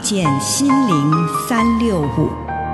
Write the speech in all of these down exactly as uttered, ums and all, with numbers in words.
见心灵三六五。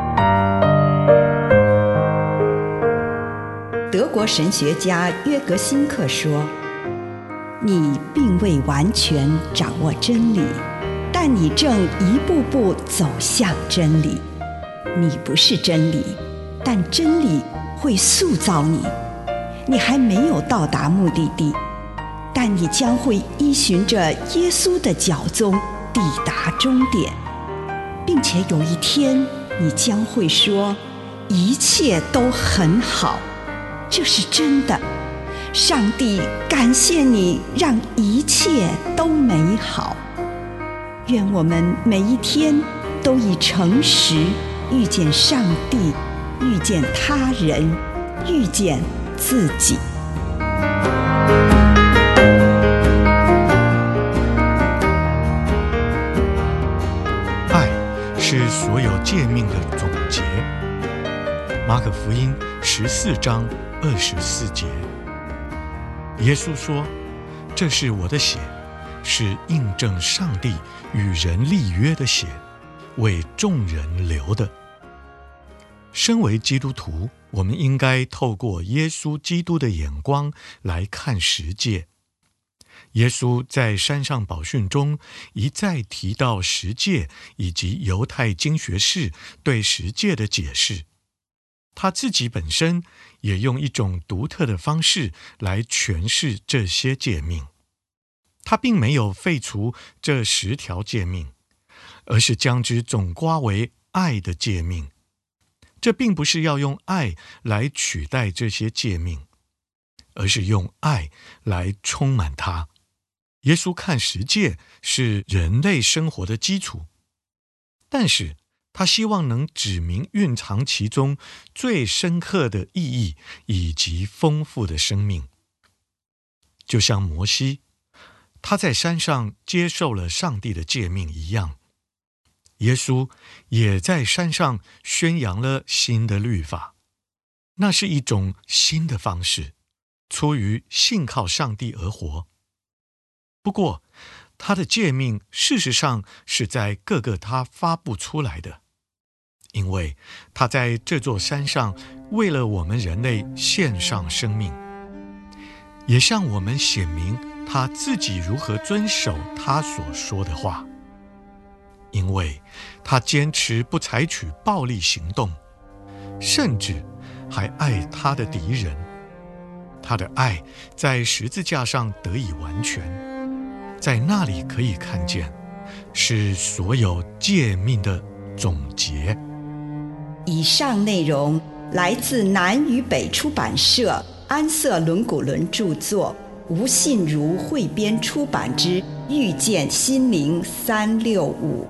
德国神学家约格辛克说，你并未完全掌握真理，但你正一步步走向真理。你不是真理，但真理会塑造你。你还没有到达目的地，但你将会依循着耶稣的脚踪抵达终点，并且有一天你将会说，一切都很好。这是真的，上帝感谢你让一切都美好。愿我们每一天都以诚实遇见上帝，遇见他人，遇见自己。 爱是所有诫命的总结。马可福音十四章二十四节，耶稣说：“这是我的血，是印证上帝与人立约的血，为众人流的。”身为基督徒，我们应该透过耶稣基督的眼光来看十诫。耶稣在山上宝训中一再提到十诫以及犹太经学士对十诫的解释。他自己本身也用一种独特的方式来诠释这些诫命。他并没有废除这十条诫命，而是将之总括为爱的诫命。这并不是要用爱来取代这些诫命，而是用爱来充满它。耶稣看十诫是人类生活的基础，但是他希望能指明蕴藏其中最深刻的意义以及丰富的生命。就像摩西，他在山上接受了上帝的诫命一样，耶稣也在山上宣扬了新的律法。那是一种新的方式，出于信靠上帝而活。不过，他的诫命事实上是在各个他发布出来的，因为他在这座山上为了我们人类献上生命，也向我们显明他自己如何遵守他所说的话。因为他坚持不采取暴力行动，甚至还爱他的敌人。他的爱在十字架上得以完全，在那里可以看见，是所有诫命的总结。 以上内容来自南与北出版社安瑟伦古伦著作，吴信如汇编出版之《遇见心灵三六五》。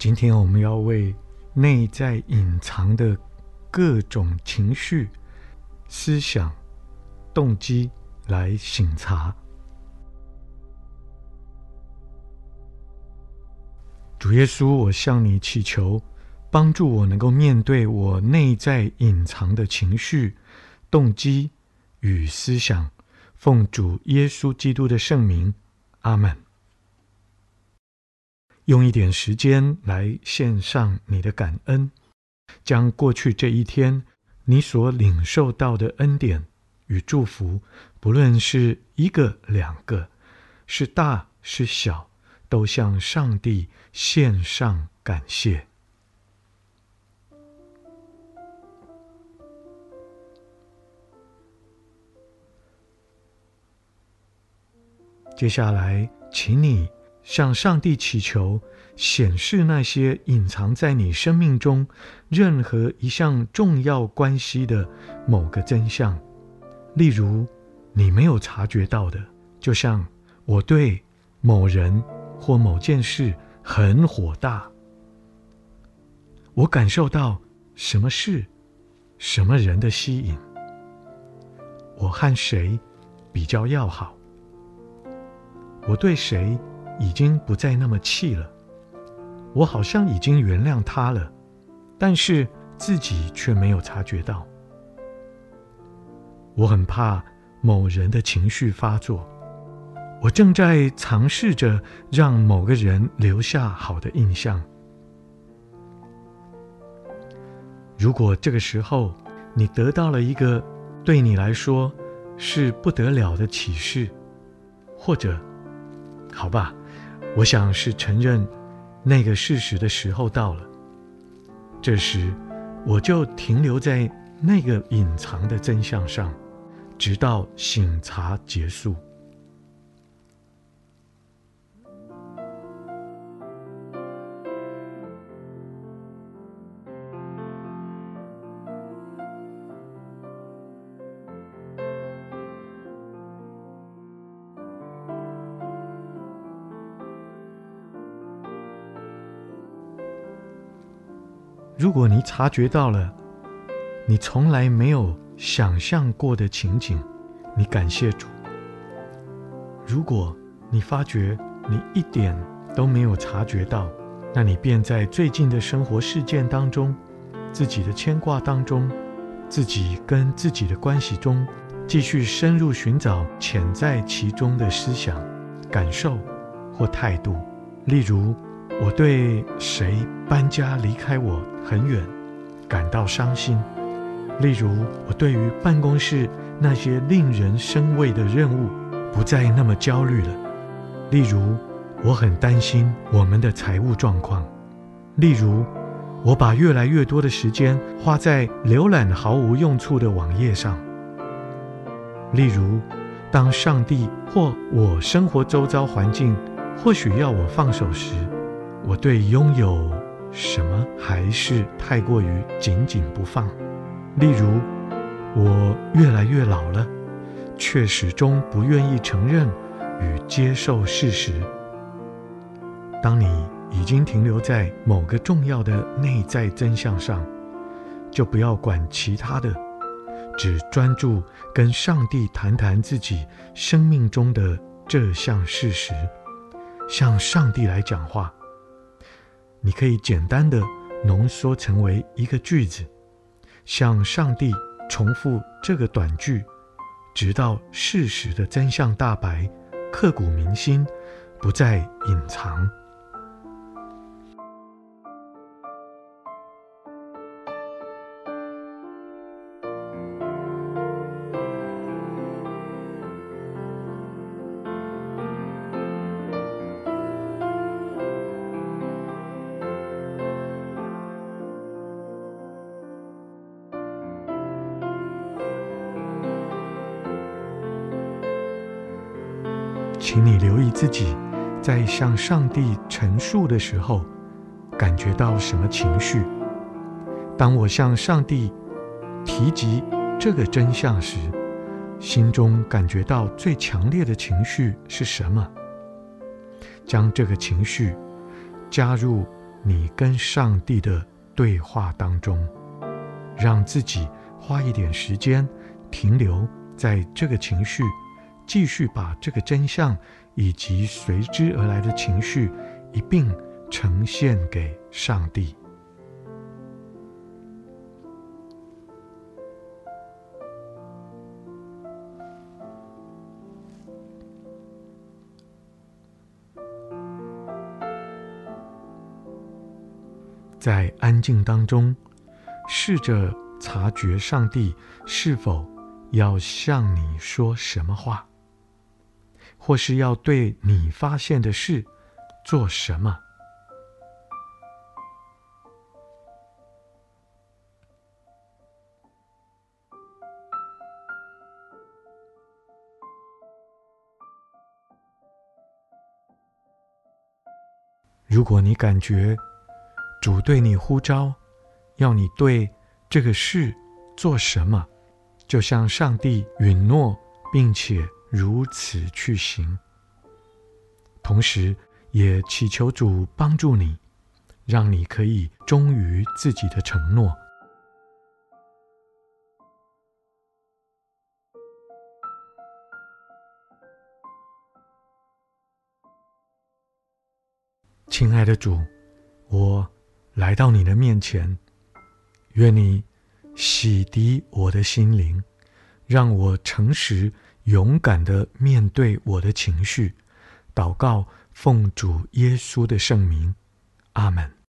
今天我们要为内在隐藏的各种情绪、思想、动机来省察。主耶稣，我向你祈求，帮助我能够面对我内在隐藏的情绪、动机与思想，奉主耶稣基督的圣名，阿们。用一点时间来献上你的感恩，将过去这一天你所领受到的恩典与祝福，不论是一个两个，是大是小，都向上帝献上感谢。接下来，请你向上帝祈求，显示那些隐藏在你生命中任何一项重要关系的某个真相，例如你没有察觉到的，就像我对某人或某件事很火大，我感受到什么事、什么人的吸引，我和谁比较要好，我对谁已经不再那么气了，我好像已经原谅他了，但是自己却没有察觉到。我很怕某人的情绪发作，我正在尝试着让某个人留下好的印象。如果这个时候你得到了一个对你来说是不得了的启示，或者好吧，我想是承认那个事实的时候到了，这时我就停留在那个隐藏的真相上，直到省察结束。如果你察觉到了你从来没有想象过的情景，你感谢主。如果你发觉你一点都没有察觉到，那你便在最近的生活事件当中，自己的牵挂当中，自己跟自己的关系中，继续深入寻找潜在其中的思想、感受或态度。例如，我对谁搬家离开我很远感到伤心，例如我对于办公室那些令人生畏的任务不再那么焦虑了，例如我很担心我们的财务状况，例如我把越来越多的时间花在浏览毫无用处的网页上，例如当上帝或我生活周遭环境或许要我放手时，我对拥有什么还是太过于紧紧不放。例如，我越来越老了，却始终不愿意承认与接受事实。当你已经停留在某个重要的内在真相上，就不要管其他的，只专注跟上帝谈谈自己生命中的这项事实，向上帝来讲话。你可以简单的浓缩成为一个句子，向上帝重复这个短句，直到事实的真相大白，刻骨铭心，不再隐藏。请你留意自己在向上帝陈述的时候感觉到什么情绪。当我向上帝提及这个真相时，心中感觉到最强烈的情绪是什么？将这个情绪加入你跟上帝的对话当中，让自己花一点时间停留在这个情绪，继续把这个真相以及随之而来的情绪一并呈现给上帝。在安静当中，试着察觉上帝是否要向你说什么话，或是要对你发现的事做什么。如果你感觉主对你呼召，要你对这个事做什么，就像上帝允诺，并且如此去行。同时也祈求主帮助你，让你可以忠于自己的承诺。亲爱的主，我来到你的面前，愿你洗涤我的心灵，让我诚实勇敢地面对我的情绪。祷告奉主耶稣的圣名，阿们。